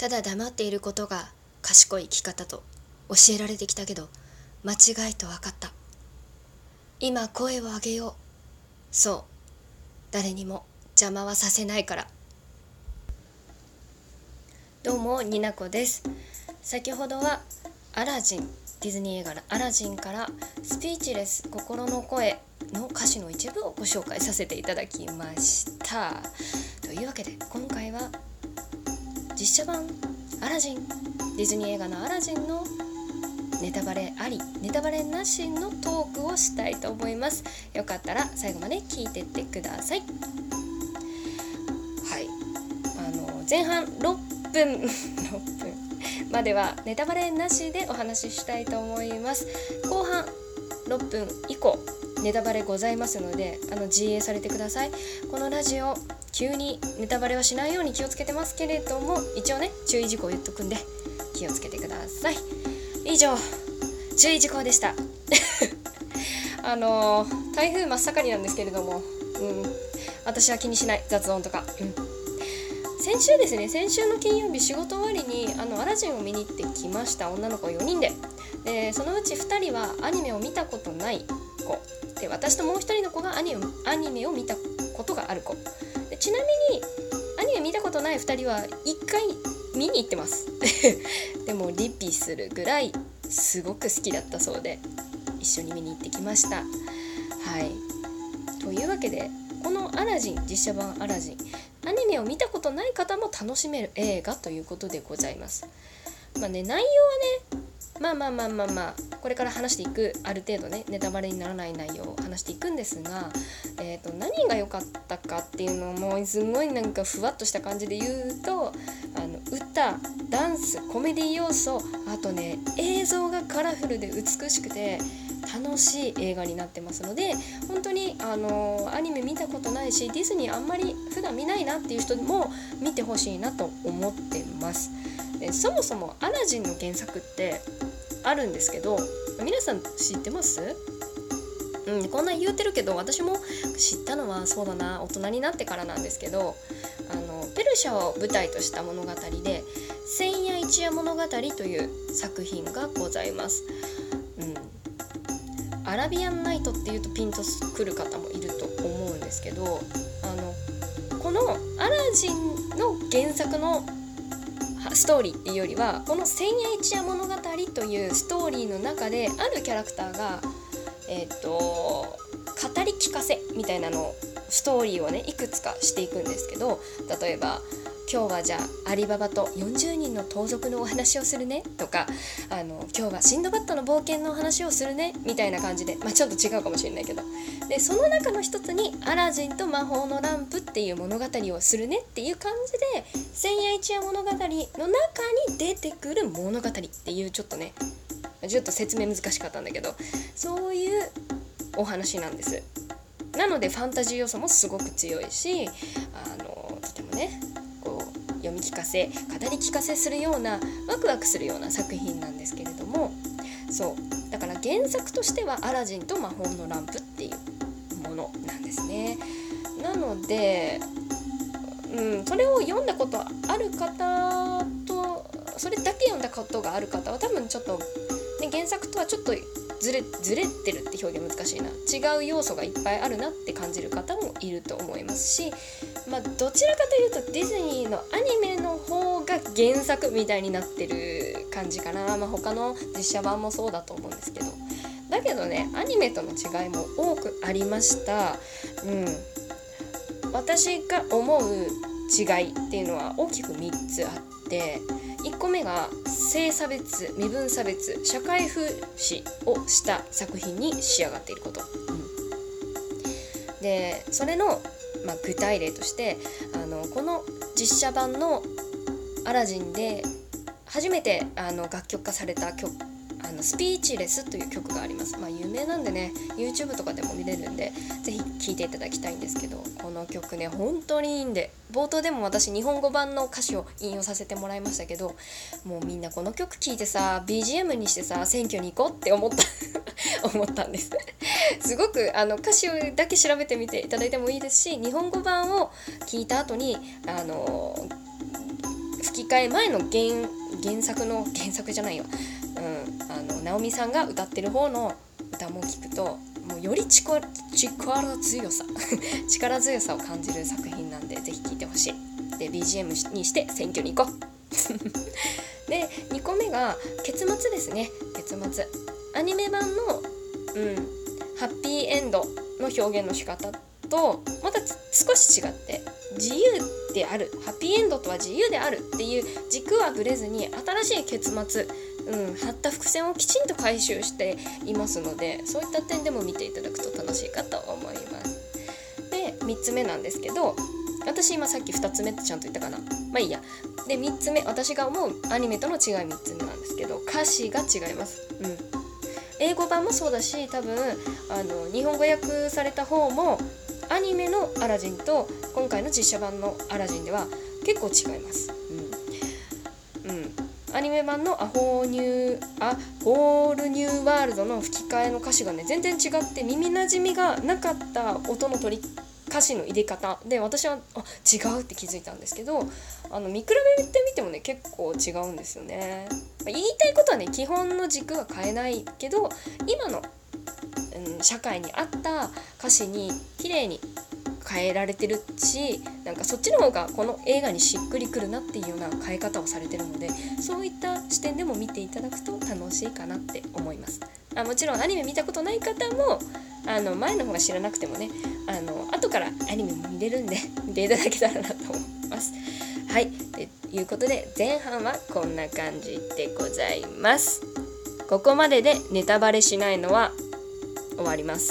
ただ黙っていることが賢い生き方と教えられてきたけど、間違いと分かった。今声を上げよう。そう、誰にも邪魔はさせないから。どうも、になこです。先ほどはアラジン、ディズニー映画のアラジンからスピーチレス、心の声の歌詞の一部をご紹介させていただきました。というわけで今回は実写版アラジン、ディズニー映画のアラジンのネタバレあり、ネタバレなしのトークをしたいと思います。よかったら最後まで聞いてってください。はい、前半6分まではネタバレなしでお話ししたいと思います。後半6分以降ネタバレございますので自衛されてください。このラジオ急にネタバレはしないように気をつけてますけれども、一応ね注意事項言っとくんで気をつけてください。以上注意事項でした台風真っ盛りなんですけれども、私は気にしない、雑音とか、先週の金曜日仕事終わりにアラジンを見に行ってきました。女の子4人で、そのうち2人はアニメを見たことない子で、私ともう1人の子がアニメを見たことがある子で、ちなみにアニメ見たことない2人は1回見に行ってますでもリピするぐらいすごく好きだったそうで、一緒に見に行ってきました。はい、というわけでこのアラジン、実写版アラジン、アニメを見たことない方も楽しめる映画ということでございます。内容はね、これから話していく、ある程度ねネタバレにならない内容を話していくんですが、何が良かったかっていうのをもうすごいふわっとした感じで言うと、歌、ダンス、コメディ要素、あとね映像がカラフルで美しくて楽しい映画になってますので、本当にアニメ見たことないし、ディズニーあんまり普段見ないなっていう人も見てほしいなと思ってます。そもそもアラジンの原作ってあるんですけど、皆さん知ってます？こんな言うてるけど、私も知ったのはそうだな、大人になってからなんですけど、ペルシャを舞台とした物語で千夜一夜物語という作品がございます。アラビアンナイトっていうとピンとくる方もいると思うんですけど、このアラジンの原作のストーリーっていうよりは、この千夜一夜物語というストーリーの中であるキャラクターが語り聞かせみたいなのストーリーをねいくつかしていくんですけど、例えば今日はじゃあアリババと40人の盗賊のお話をするねとか、今日はシンドバッドの冒険のお話をするねみたいな感じで、ちょっと違うかもしれないけど、でその中の一つにアラジンと魔法のランプっていう物語をするねっていう感じで、千夜一夜物語の中に出てくる物語っていう、ちょっと説明難しかったんだけど、そういうお話なんです。なのでファンタジー要素もすごく強いし、とてもね読み聞かせ、語り聞かせするような、ワクワクするような作品なんですけれども、そうだから原作としてはアラジンと魔法のランプっていうものなんですね。なので、それを読んだことある方と、それだけ読んだことがある方は多分ちょっと、原作とはちょっとずれてるって表現難しいな、違う要素がいっぱいあるなって感じる方もいると思いますし、どちらかというとディズニーのアニメの方が原作みたいになってる感じかな。他の実写版もそうだと思うんですけど、だけどねアニメとの違いも多くありました。私が思う違いっていうのは大きく3つあって、1個目が性差別、身分差別、社会風刺をした作品に仕上がっていること、でそれの、具体例としてこの実写版のアラジンで初めて楽曲化された曲、スピーチレスという曲があります。有名なんでね YouTube とかでも見れるんでぜひ聴いていただきたいんですけど、この曲ね本当にいいんで、冒頭でも私日本語版の歌詞を引用させてもらいましたけど、もうみんなこの曲聴いてさ BGM にしてさ選挙に行こうって思ったんですすごく歌詞だけ調べてみていただいてもいいですし、日本語版を聞いた後に吹き替え前の原作じゃないよ、直美さんが歌ってる方の歌も聞くともうより力強さ力強さを感じる作品なんで、ぜひ聴いてほしい。で BGM にして選挙に行こうで2個目が結末ですね。結末アニメ版の、ハッピーエンドの表現の仕方とまた少し違って、自由である、ハッピーエンドとは自由であるっていう軸はぶれずに、新しい結末、張った伏線をきちんと回収していますので、そういった点でも見ていただくと楽しいかと思います。で3つ目なんですけど、私今さっき2つ目ってちゃんと言ったかな、まあいいや。で3つ目、私が思うアニメとの違い3つ目なんですけど、歌詞が違います。英語版もそうだし、多分日本語訳された方もアニメのアラジンと今回の実写版のアラジンでは結構違います。アニメ版のホールニューワールドの吹き替えの歌詞がね全然違って、耳なじみがなかった音の歌詞の入れ方で、私は違うって気づいたんですけど、見比べてみてもね結構違うんですよね。言いたいことはね、基本の軸は変えないけど、今の、社会に合った歌詞に綺麗に変えられてるし、なんかそっちの方がこの映画にしっくりくるなっていうような変え方をされてるので、そういった視点でも見ていただくと楽しいかなって思います。もちろんアニメ見たことない方も前の方が知らなくてもね、後からアニメも見れるんで見ていただけたらなと思います。はい、ということで前半はこんな感じでございます。ここまででネタバレしないのは終わります。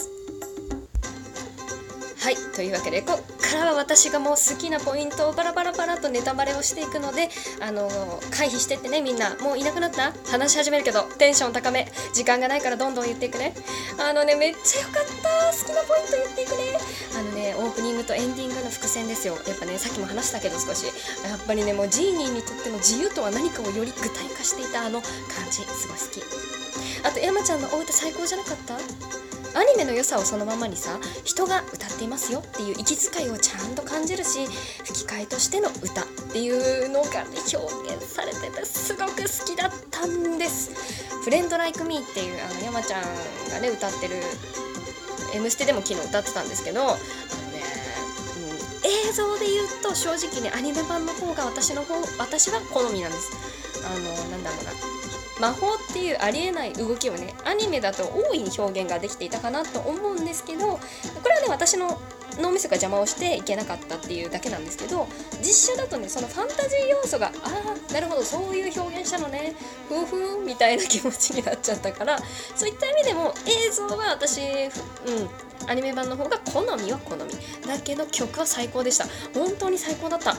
はい、というわけでこっからは私がもう好きなポイントをバラバラとネタバレをしていくので、回避してってね。みんなもういなくなった？話し始めるけどテンション高め、時間がないからどんどん言っていくね。めっちゃよかった。好きなポイント言っていくね。オープニングとエンディングの伏線ですよ。やっぱね、さっきも話したけど少しやっぱりね、もうジーニーにとっての自由とは何かをより具体化していた感じすごい好き。あと山ちゃんのお歌最高じゃなかった？アニメの良さをそのままにさ、人が歌っていますよっていう息遣いをちゃんと感じるし、吹き替えとしての歌っていうのが、ね、表現されててすごく好きだったんです。フレンドライクミーっていう山ちゃんがね歌ってる「M ステ」でも昨日歌ってたんですけど、映像で言うと正直ねアニメ版の方が私は好みなんです。なんだろうな、魔法っていうありえない動きをねアニメだと大いに表現ができていたかなと思うんですけど、これはね私の脳みそが邪魔をしていけなかったっていうだけなんですけど、実写だとねそのファンタジー要素がなるほどそういう表現したのねみたいな気持ちになっちゃったから、そういった意味でも映像は私アニメ版の方が好みは好みだけど、曲は最高でした。本当に最高だった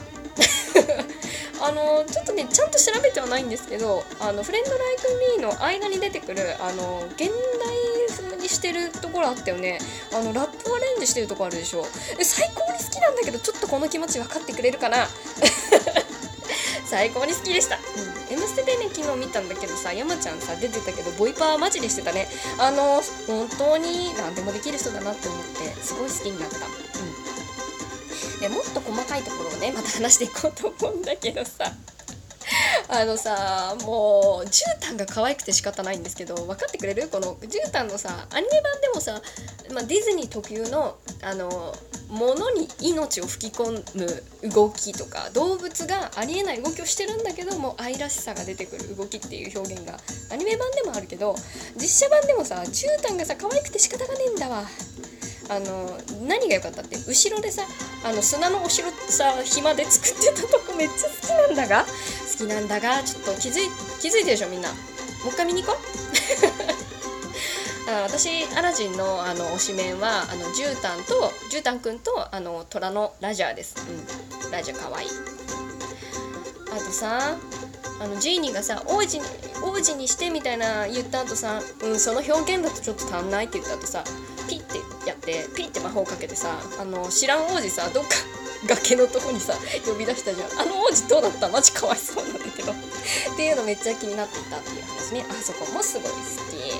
ちょっとねちゃんと調べてはないんですけど、フレンドライクミーの間に出てくる現代風にしてるところあったよね。ラップアレンジしてるところあるでしょ。最高に好きなんだけど、ちょっとこの気持ち分かってくれるかな最高に好きでした。M ステでね昨日見たんだけどさ、山ちゃんさ出てたけどボイパーマジでしてたね。本当に何でもできる人だなって思ってすごい好きになった。でもっと細かいところをねまた話していこうと思うんだけどさもう絨毯が可愛くて仕方ないんですけど、分かってくれる？この絨毯のさアニメ版でもさ、ディズニー特有の物に命を吹き込む動きとか、動物がありえない動きをしてるんだけども愛らしさが出てくる動きっていう表現がアニメ版でもあるけど、実写版でもさ絨毯がさ可愛くて仕方がねえんだわ。何が良かったって、後ろでさ砂のお城さ暇で作ってたとこめっちゃ好きなんだがちょっと気づいてるでしょみんな。もう一回見に行こう私アラジンの推しメンは絨毯くんと虎のラジャーです。ラジャーかわいい。あとさジーニーがさ王子にしてみたいな言った後さ、その表現だとちょっと足んないって言った後さピッてやってピッて魔法かけてさ知らん王子さどっか崖のとこにさ呼び出したじゃん。王子どうだった？マジかわいそうなんだけどっていうのめっちゃ気になっていたっていう話ね。そこもすごい好き。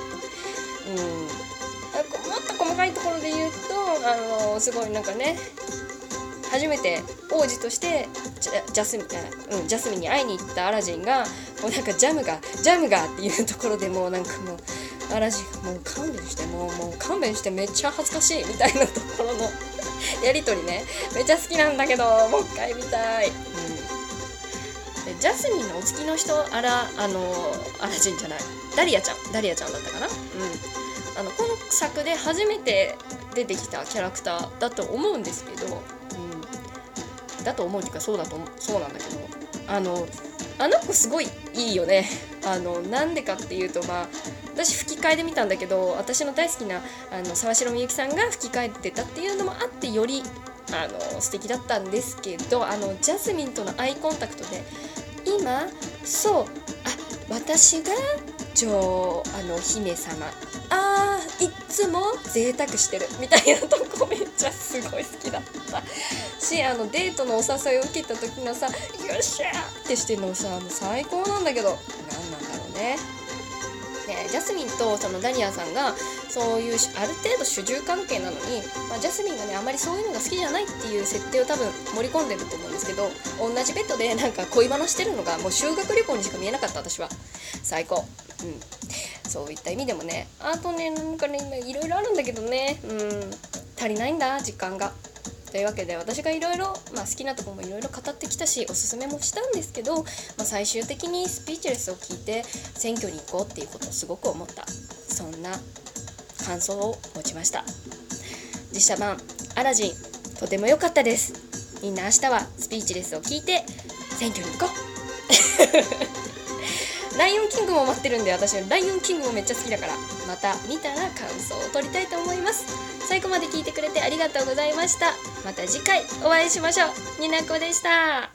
もっと細かいところで言うとすごいなんかね初めて王子としてジャスミンに会いに行ったアラジンがもうなんかジャムがっていうところでもうなんかもうアラジンがもう勘弁してもう勘弁してめっちゃ恥ずかしいみたいなところのやりとりねめっちゃ好きなんだけどもう一回見たい。でジャスミンのお付きの人アラジンじゃないダリアちゃんだったかな。この作で初めて出てきたキャラクターだと思うんですけど、だと思うっていうかそうなんだけどあの子すごいいいよね。なんでかっていうと私吹き替えで見たんだけど私の大好きな沢城みゆきさんが吹き替えてたっていうのもあってより素敵だったんですけどジャスミンとのアイコンタクトで今私が姫様いっつも贅沢してるみたいなとこめっちゃすごい好きだったしデートのお誘いを受けた時のさよっしゃーってしてるのさ最高なんだけど何なんだろうね。でジャスミンとそのダリアさんがそういうある程度主従関係なのに、ジャスミンがねあまりそういうのが好きじゃないっていう設定を多分盛り込んでると思うんですけど同じベッドでなんか恋バナしてるのがもう修学旅行にしか見えなかった私は最高。そういった意味でもねあとねなんかね今いろいろあるんだけどね足りないんだ時間が。というわけで私がいろいろ好きなところもいろいろ語ってきたしおすすめもしたんですけど、最終的にスピーチレスを聞いて選挙に行こうっていうことをすごく思ったそんな感想を持ちました。実写版アラジンとても良かったです。みんな明日はスピーチレスを聞いて選挙に行こうライオンキングも待ってるんで私ライオンキングもめっちゃ好きだからまた見たら感想を取りたいと思います。最後まで聞いてくれてありがとうございました。また次回お会いしましょう。になこでした。